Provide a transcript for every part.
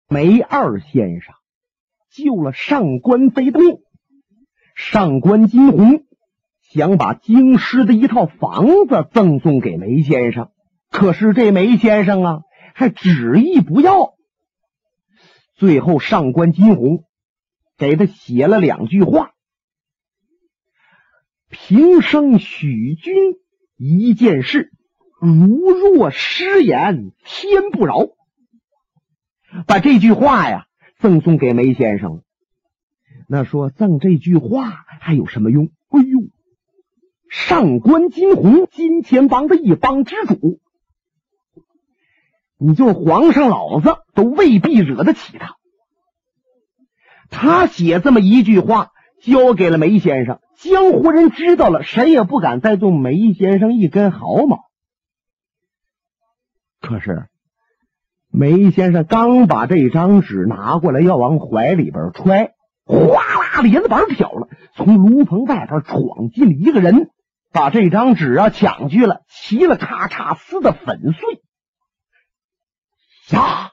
梅二先生救了上官飞的命，上官金鸿想把京师的一套房子赠送给梅先生，可是这梅先生啊还执意不要。最后上官金鸿给他写了2句话：平生许君一件事，如若失言，天不饶。把这句话呀赠送给梅先生了。那说赠这句话还有什么用？哎呦，上官金鸿金钱帮的一帮之主，你就是皇上老子都未必惹得起他。他写这么一句话交给了梅先生，江湖人知道了，谁也不敢再动梅先生一根毫毛。可是梅先生刚把这张纸拿过来要往怀里边揣，哗啦连子板挑了，从炉棚外边闯进了一个人，把这张纸啊抢去了，齐了咔嚓撕得粉碎。呀！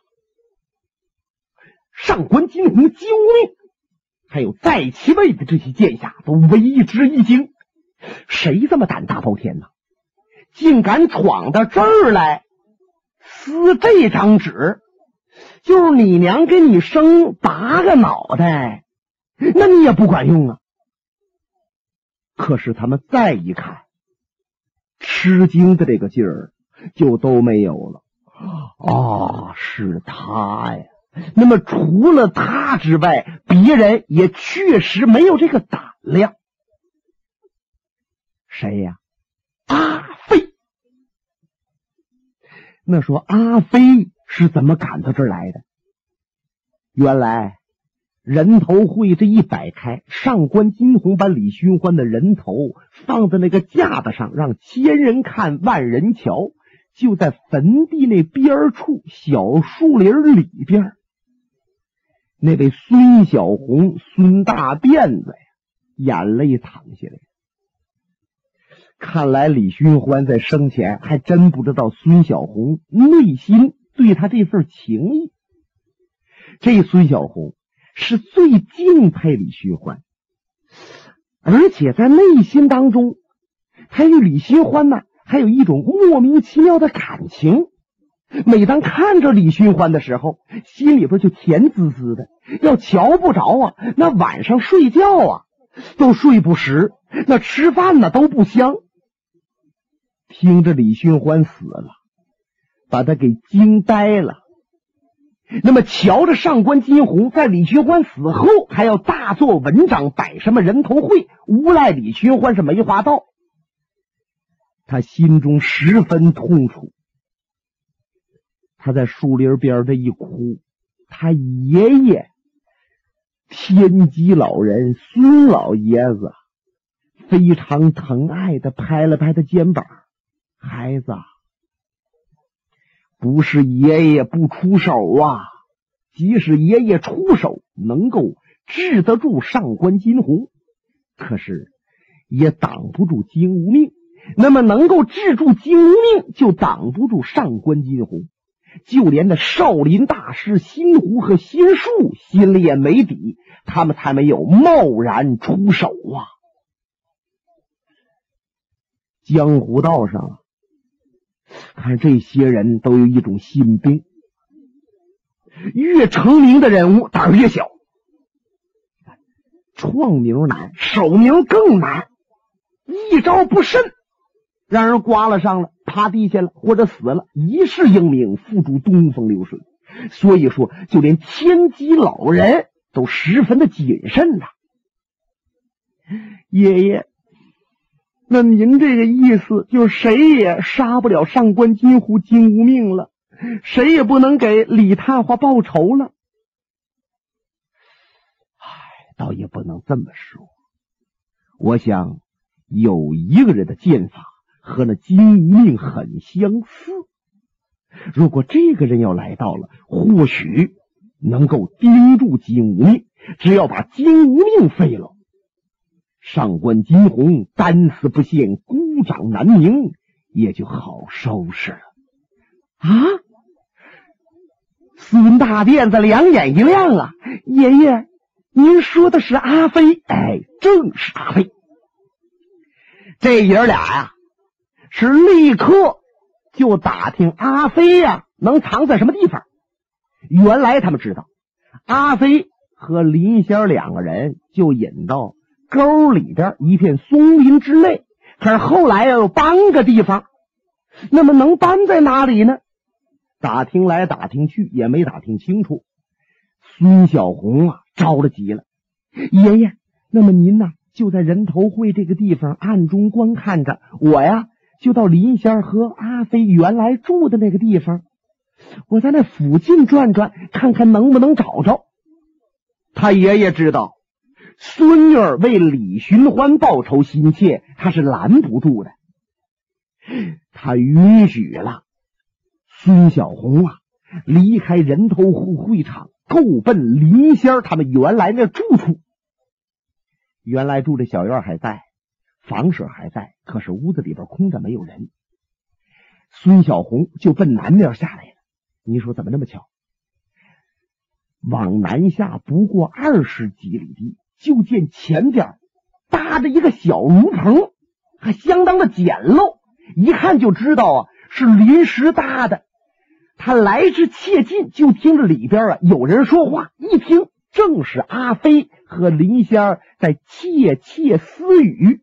上官金鸿救命，还有在其位的这些剑侠都为之一惊，谁这么胆大包天呢？竟敢闯到这儿来撕这张纸，就是你娘给你生8个脑袋，那你也不管用啊。可是他们再一看，吃惊的这个劲儿就都没有了。啊，是他呀！那么除了他之外，别人也确实没有这个胆量。谁呀？阿飞。那说阿飞是怎么赶到这儿来的？原来人头会这一摆开，上官金鸿把李寻欢的人头放在那个架子上，让千人看万人瞧，就在坟地那边处小树林里边。那位孙小红孙大辫子呀，眼泪淌下来。看来李寻欢在生前还真不知道孙小红内心对他这份情谊。这孙小红是最敬佩李寻欢，而且在内心当中他与李寻欢呢还有一种莫名其妙的感情。每当看着李寻欢的时候，心里边就甜滋滋的，要瞧不着啊，那晚上睡觉啊都睡不实，那吃饭呢都不香。听着李寻欢死了，把他给惊呆了。那么瞧着上官金鸿在李寻欢死后还要大做文章，摆什么人头会，诬赖李寻欢是梅花道，他心中十分痛楚。他在树林边这一哭，他爷爷天机老人孙老爷子非常疼爱的拍了拍他肩膀：孩子，不是爷爷不出手啊，即使爷爷出手能够治得住上官金鸿，可是也挡不住金无命，那么能够治住金无命，就挡不住上官金鸿。就连那少林大师心湖和心术心里也没底，他们才没有贸然出手啊。江湖道上看这些人都有一种心病，越成名的人物胆儿越小，创名难，守名更难，一招不慎让人刮了上了，趴地下了，或者死了，一世英名付诸东风流水。所以说就连天机老人都十分的谨慎呐。爷爷，那您这个意思就是谁也杀不了上官金鸿金无命了，谁也不能给李探花报仇了。倒也不能这么说，我想有一个人的剑法和那金无命很相似，如果这个人要来到了，或许能够盯住金无命，只要把金无命废了，上官金鸿单丝不线，孤掌难鸣，也就好收拾了。啊， 孙大辫子两眼一亮啊，爷爷，您说的是阿飞？哎，正是阿飞。这爷俩呀，是立刻就打听阿飞呀能藏在什么地方。原来他们知道，阿飞和林仙两个人就引到沟里边一片松林之内，可是后来又搬个地方，那么能搬在哪里呢？打听来打听去也没打听清楚。孙小红啊着了急了，爷爷，那么您呢就在人头会这个地方暗中观看着，我呀就到林仙和阿飞原来住的那个地方，我在那附近转转，看看能不能找着。他爷爷知道孙女儿为李寻欢报仇心切，他是拦不住的。他允许了孙小红啊离开人头户会场，够奔林仙他们原来那住处。原来住的小院还在，房舍还在，可是屋子里边空着没有人。孙小红就奔南面下来了。你说怎么那么巧？往南下不过20几里地，就见前边搭着一个小炉棚，还相当的简陋，一看就知道啊是临时搭的。他来至切近，就听着里边啊有人说话，一听正是阿飞和林仙在窃窃私语。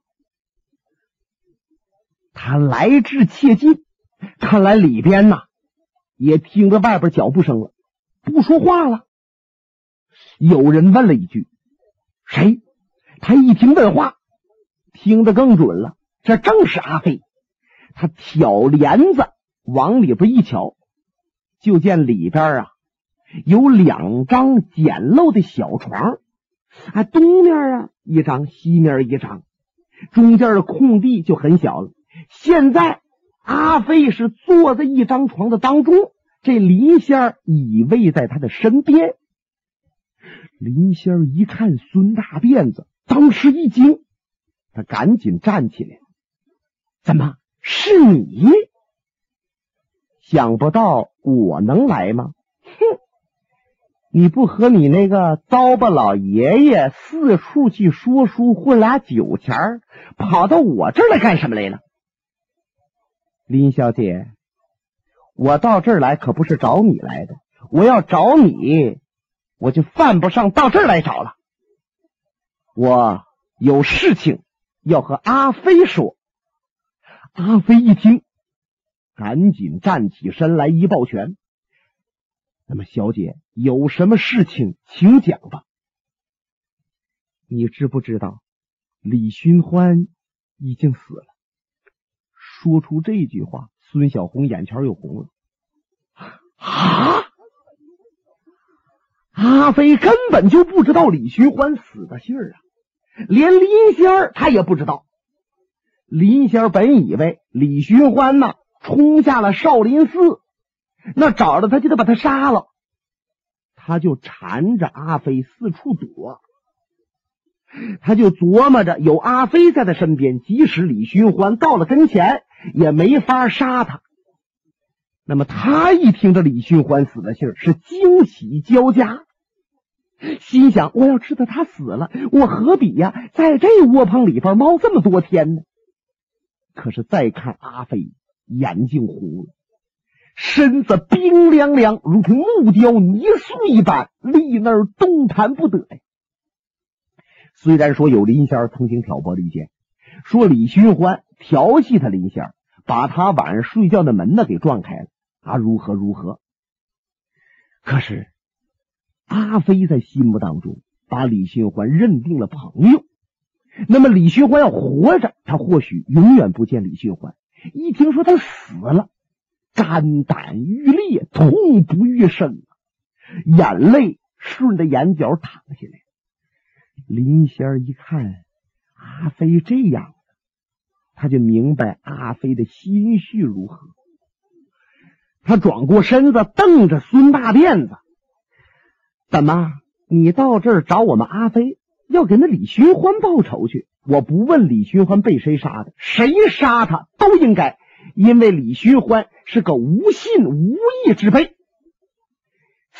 他来至切近，看来里边呢也听着外边脚步声了，不说话了。有人问了一句：“谁？”他一听问话，听得更准了，这正是阿飞。他挑帘子往里边一瞧，就见里边啊有2张简陋的小床，东面啊一张，西面一张，中间的空地就很小了。现在阿飞是坐在一张床的当中，这林仙倚偎在他的身边。林仙一看孙大辫子，当时一惊，他赶紧站起来：“怎么是你？想不到我能来吗？哼，你不和你那个糟巴老爷爷四处去说书混俩酒钱，跑到我这儿来干什么来了？”林小姐，我到这儿来可不是找你来的，我要找你我就犯不上到这儿来找了。我有事情要和阿飞说。阿飞一听，赶紧站起身来一抱拳：“那么小姐有什么事情请讲吧。”你知不知道李寻欢已经死了？说出这句话，孙小红眼圈又红了。啊！阿飞根本就不知道李寻欢死的信儿啊，连林仙儿他也不知道。林仙儿本以为李寻欢呢冲下了少林寺，那找着他就得把他杀了，他就缠着阿飞四处躲。他就琢磨着有阿飞在他身边，即使李寻欢到了跟前也没法杀他。那么他一听着李寻欢死的信儿，是惊喜交加，心想我要知道他死了，我何必呀在这窝棚里边猫这么多天呢？可是再看阿飞，眼睛红了，身子冰凉凉，如同木雕泥塑一般，立那儿动弹不得呀。虽然说有林仙曾经挑拨离间，说李寻欢调戏他林仙，把他晚上睡觉的门呢给撞开了啊，如何如何。可是阿飞在心目当中把李寻欢认定了朋友，那么李寻欢要活着，他或许永远不见李寻欢。一听说他死了，肝胆欲裂，痛不欲生，眼泪顺着眼角淌下来。林仙一看阿飞这样，他就明白阿飞的心绪如何。他转过身子瞪着孙大辫子：“怎么你到这儿找我们阿飞，要给那李寻欢报仇去？我不问李寻欢被谁杀的，谁杀他都应该，因为李寻欢是个无信无义之辈。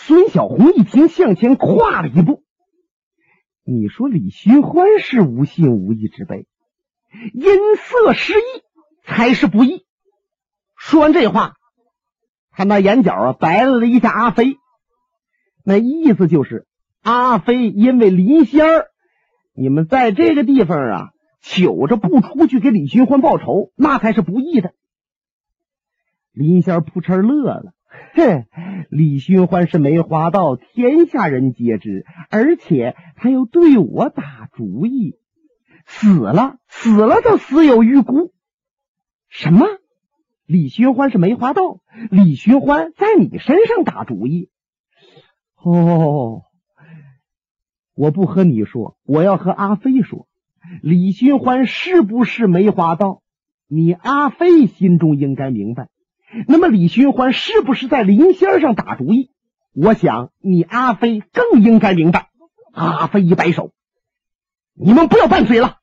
孙小红一听，向前跨了一步。你说李寻欢是无信无义之辈，因色失义才是不义。说完这话，他那眼角白了一下阿飞，那意思就是阿飞因为林仙儿你们在这个地方糗着不出去给李寻欢报仇，那才是不义的。林仙儿扑哧乐了，哼，李寻欢是梅花道，天下人皆知，而且他又对我打主意，死了就死有余辜。什么？李寻欢是梅花道，李寻欢在你身上打主意？哦，我不和你说，我要和阿飞说，李寻欢是不是梅花道，你阿飞心中应该明白。那么李寻欢是不是在林仙上打主意，我想你阿飞更应该明白。阿飞一摆手，你们不要拌嘴了，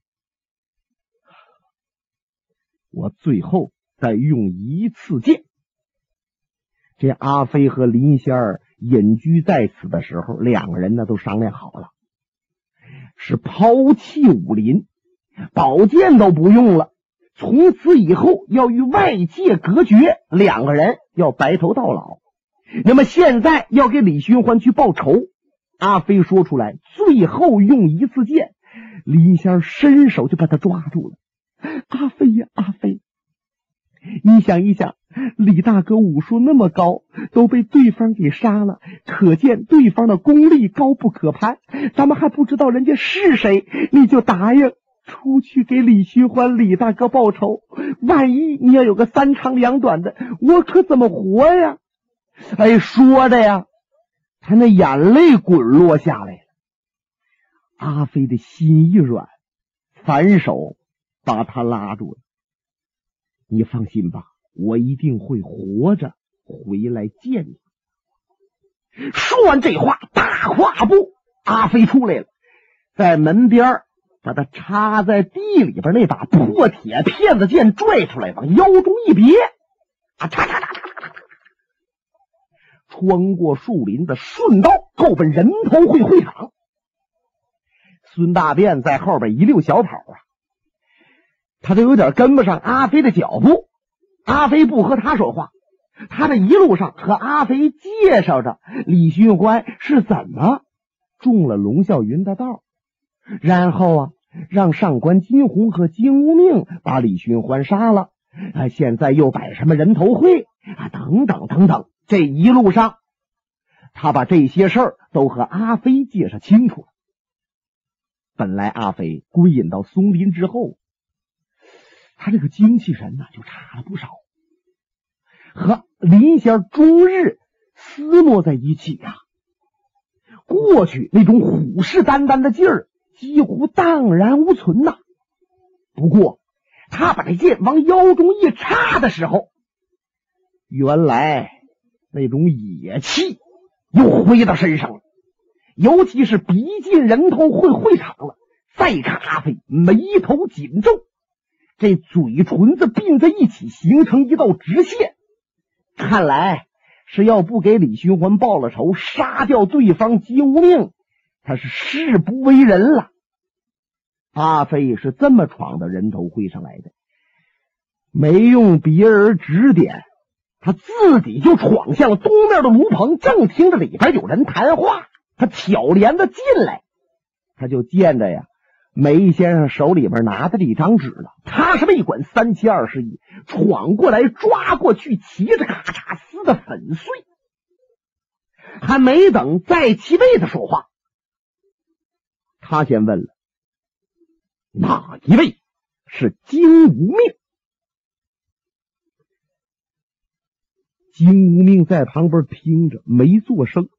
我最后再用一次剑。这阿飞和林仙儿隐居在此的时候，两个人呢都商量好了，是抛弃武林，宝剑都不用了，从此以后要与外界隔绝，两个人要白头到老。那么现在要给李寻欢去报仇，阿飞说出来，最后用一次剑，林仙儿伸手就把他抓住了。阿飞呀，阿飞，你想一想，李大哥武术那么高，都被对方给杀了，可见对方的功力高不可攀，咱们还不知道人家是谁，你就答应出去给李寻欢李大哥报仇，万一你要有个三长两短的，我可怎么活呀？哎，说的呀，他那眼泪滚落下来了。阿飞的心一软，反手把他拉住了。你放心吧，我一定会活着回来见你。说完这话，大跨步，阿飞出来了，在门边把他插在地里边那把破铁片子剑拽出来，往腰中一别，穿过树林子，顺道够奔人头会场。孙大便在后边一溜小跑他都有点跟不上阿飞的脚步。阿飞不和他说话，他这一路上和阿飞介绍着李寻欢是怎么中了龙啸云的道，然后让上官金鸿和金无命把李寻欢杀了，现在又摆什么人头会等等等等。这一路上他把这些事儿都和阿飞介绍清楚了。本来阿飞归隐到松林之后，他这个精气神就差了不少，和林仙终日厮磨在一起过去那种虎视眈眈的劲儿几乎荡然无存不过他把这剑往腰中一插的时候，原来那种野气又回到身上了。尤其是逼近人头会场了，再看阿飞眉头紧皱，这嘴唇子并在一起形成一道直线，看来是要不给李寻欢报了仇，杀掉对方金无命，他是誓不为人了。阿飞是这么闯到人头会上来的，没用别人指点，他自己就闯向了东面的炉棚，正听着里边有人谈话，他挑帘子进来，他就见着梅先生手里边拿着一张纸了，他是没管3七21，闯过来抓过去，骑着咔嚓撕的粉碎。还没等在其位的说话，他先问了，哪一位是金无命？金无命在旁边听着没作声。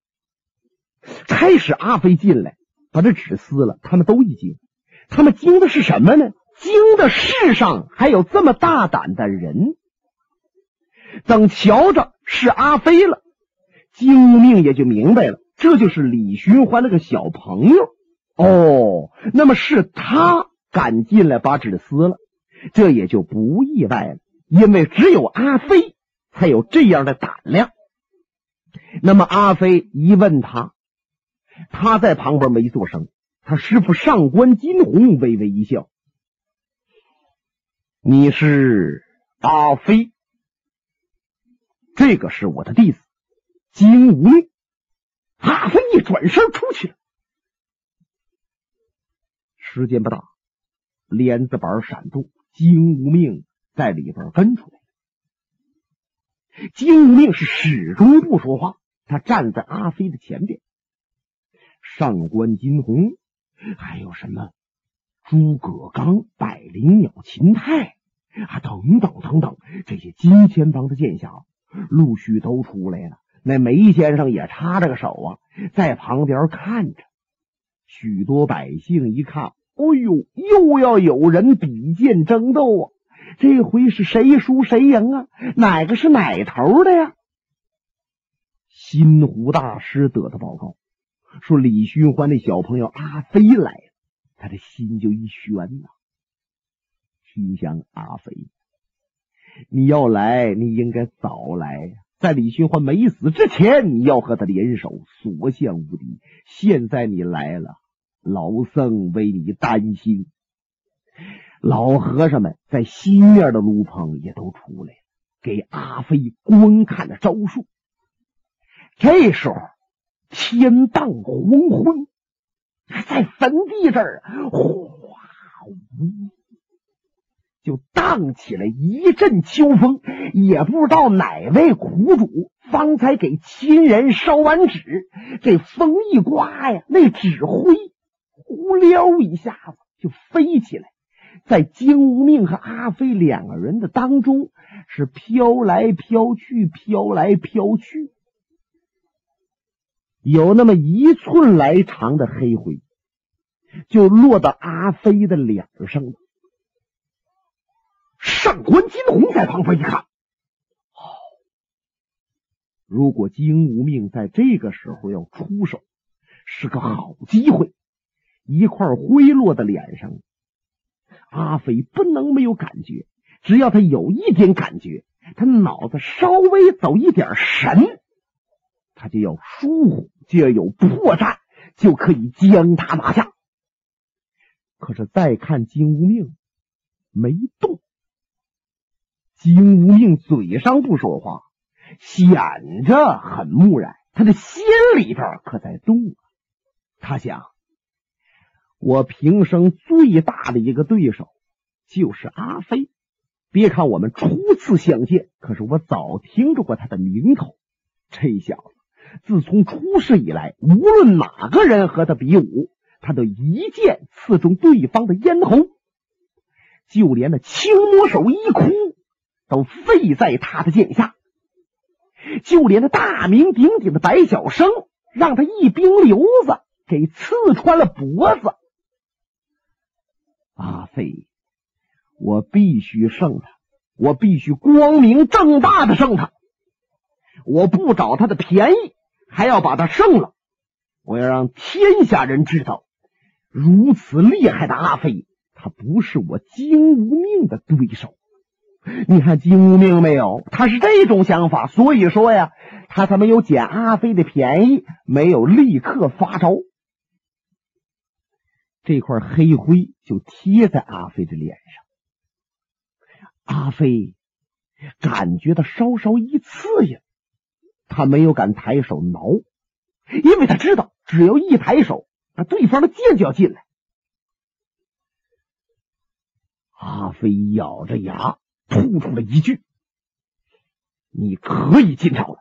开始阿飞进来把这纸撕了，他们都一惊。他们惊的是什么呢？惊的世上还有这么大胆的人。等瞧着是阿飞了，金无命也就明白了，这就是李寻欢那个小朋友。那么是他赶进来把纸撕了，这也就不意外了，因为只有阿飞才有这样的胆量。 那么阿飞一问他，他在旁边没做声，他师傅上官金鸿微微一笑：“你是阿飞，这个是我的弟子金无命。”阿飞一转身出去了。时间不大，帘子板闪动，金无命在里边跟出来。金无命是始终不说话，他站在阿飞的前边。上官金鸿，还有什么诸葛刚、百灵鸟秦泰等等等等，这些金钱帮的剑侠陆续都出来了。那梅先生也插着个手在旁边看着。许多百姓一看，哎呦，又要有人比剑争斗这回是谁输谁赢哪个是哪头的呀？新湖大师得到报告说李寻欢那小朋友阿飞来了，他的心就一悬心想，阿飞，你要来你应该早来在李寻欢没死之前你要和他联手，所向无敌。现在你来了，老僧为你担心。老和尚们在西面的炉棚也都出来了，给阿飞观看了招数。这时候天荡黄昏，在坟地这儿哗就荡起了一阵秋风，也不知道哪位苦主方才给亲人烧完纸，这风一刮那纸灰呼撩一下子就飞起来，在金无命和阿飞两个人的当中是飘来飘去，飘来飘去，有那么1寸来长的黑灰就落到阿飞的脸上了。上官金鸿在旁边一看，如果金无命在这个时候要出手，是个好机会。一块灰落在脸上，阿飞不能没有感觉，只要他有一点感觉，他脑子稍微走一点神，他就要疏忽，就要有破绽，就可以将他拿下。可是再看金无命没动，金无命嘴上不说话，显着很木然，他的心里边可在动他想，我平生最大的一个对手就是阿飞，别看我们初次相见，可是我早听着过他的名头。这小子自从出世以来，无论哪个人和他比武，他都一剑刺中对方的咽喉，就连那青魔手一哭都废在他的剑下，就连那大名鼎鼎的白晓生让他一兵瘤子给刺穿了脖子。阿飞，我必须胜他，我必须光明正大的胜他，我不找他的便宜，还要把他胜了。我要让天下人知道，如此厉害的阿飞，他不是我金无命的对手。你看金无命没有？他是这种想法，所以说呀，他才没有捡阿飞的便宜，没有立刻发招。这块黑灰就贴在阿飞的脸上，阿飞感觉到稍稍一刺眼，他没有敢抬手挠，因为他知道只要一抬手，那对方的剑就要进来。阿飞咬着牙吐出了一句：“你可以进朝了。”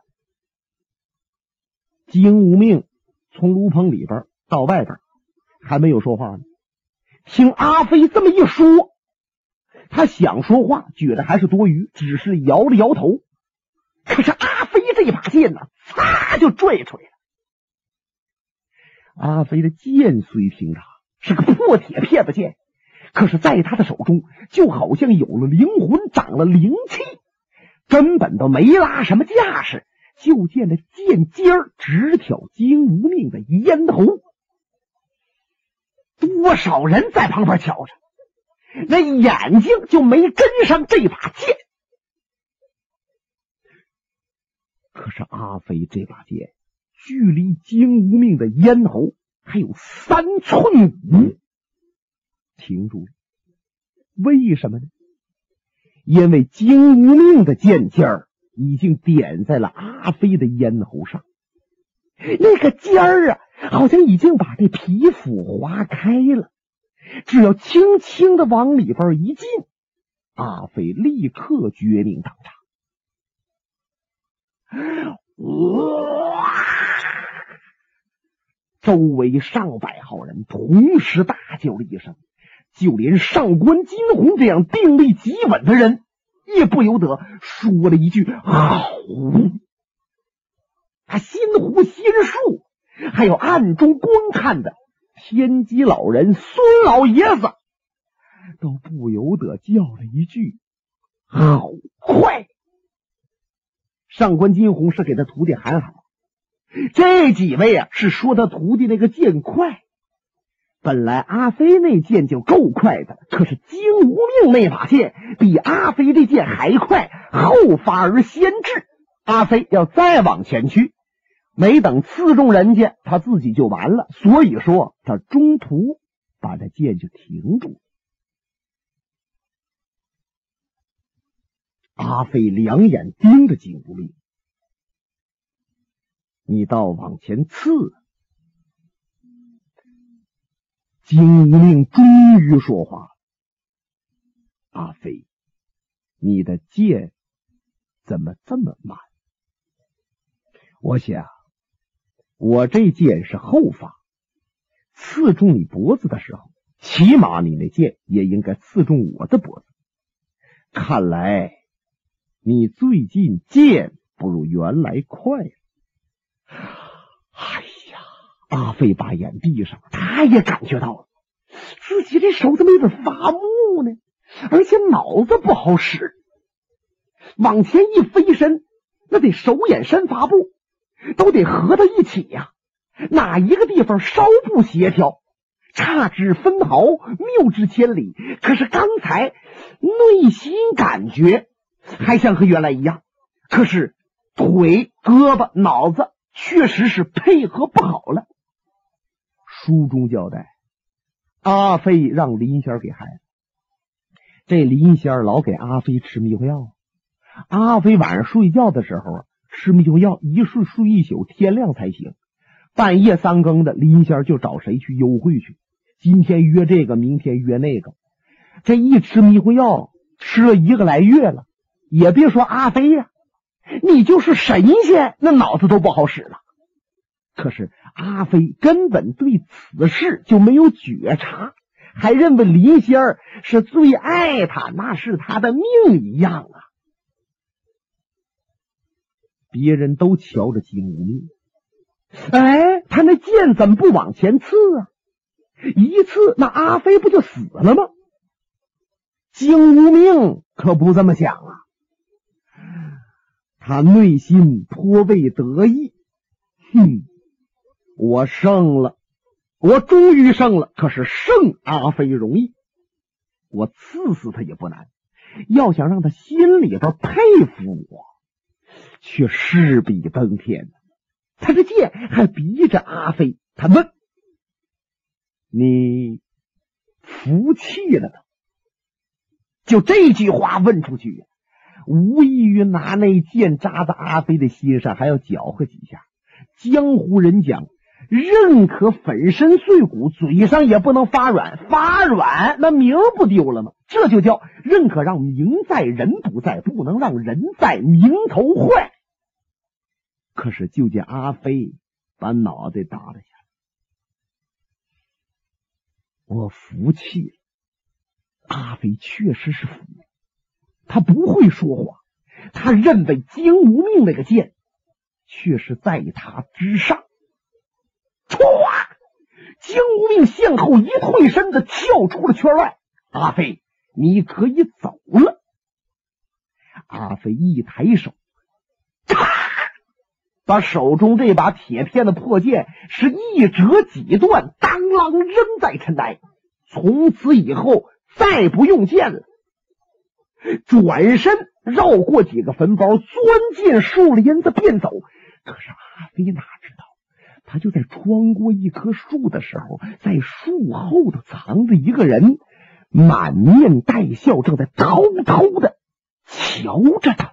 金无命从炉棚里边到外边还没有说话呢，听阿飞这么一说，他想说话，觉得还是多余，只是摇了摇头。可是阿飞这把剑呢，嚓就拽出来了。阿飞的剑虽平常，是个破铁片子剑，可是在他的手中就好像有了灵魂，长了灵气，根本都没拉什么架势，就见那剑尖直挑金无命的咽喉。多少人在旁边瞧着，那眼睛就没跟上这把剑。 可是阿飞这把剑距离金无命的咽喉还有3寸5，停住了。为什么呢？因为金无命的剑尖儿已经点在了阿飞的咽喉上，那个尖儿啊，好像已经把这皮肤划开了，只要轻轻的往里边一进，阿飞立刻绝命当场。哇！周围上百号人同时大叫了一声，就连上官金鸿这样定力极稳的人也不由得说了一句嗷。他心湖心术还有暗中观看的天机老人孙老爷子都不由得叫了一句好快。上官金鸿是给他徒弟喊好，这几位啊是说他徒弟那个剑快。本来阿飞那剑就够快的，可是金无命那把剑比阿飞这剑还快，后发而先至。阿飞要再往前去，没等刺中人家，他自己就完了。所以说他中途把这剑就停住。阿飞两眼盯着金无命，你倒往前刺。金无命终于说话了，阿飞，你的剑怎么这么慢？我想我这剑是后发，刺中你脖子的时候，起码你那剑也应该刺中我的脖子。看来你最近剑不如原来快了。哎呀，阿飞把眼闭上，他也感觉到了自己这手怎么有点发木呢，而且脑子不好使，往前一飞身，那得手眼身法步都得合到一起呀，哪一个地方稍不协调，差之分毫，谬之千里。可是刚才内心感觉还像和原来一样，可是腿、胳膊、脑子确实是配合不好了。书中交代，阿飞让林仙给害了。这林仙老给阿飞吃迷糊药，阿飞晚上睡觉的时候啊，吃迷糊药一睡睡一宿，天亮才行。半夜3更的，林仙就找谁去幽会去，今天约这个，明天约那个。这一吃迷糊药吃了1个来月了，也别说阿飞呀，你就是神仙那脑子都不好使了。可是阿飞根本对此事就没有觉察，还认为林仙儿是最爱他，那是他的命一样啊。别人都瞧着金无命，哎，他那剑怎么不往前刺啊？一刺那阿飞不就死了吗？金无命可不这么想啊，他内心颇为得意。我胜了，我终于胜了。可是胜阿飞容易，我刺死他也不难，要想让他心里边佩服我，却势比登天。他这剑还逼着阿飞，他问你服气了吗？就这句话问出去，无异于拿那剑扎在阿飞的心上，还要搅和几下。江湖人讲，认可粉身碎骨，嘴上也不能发软，发软那名不丢了吗？这就叫认可让名在人不在，不能让人在名头坏。可是就见阿飞把脑袋耷拉下来，我服气了。阿飞确实是服了，他不会说谎，他认为金无命那个剑却是在他之上。唰！金无命向后一退身子，跳出了圈外。阿飞，你可以走了。阿飞一抬手，啪！把手中这把铁片的破剑是一折几段，当啷扔在尘埃。从此以后再不用剑了。 转身绕过几个坟包，钻进树林子便走。可是阿飞哪知道，他就在穿过一棵树的时候，在树后头藏着一个人，满面带笑，正在偷偷的瞧着他。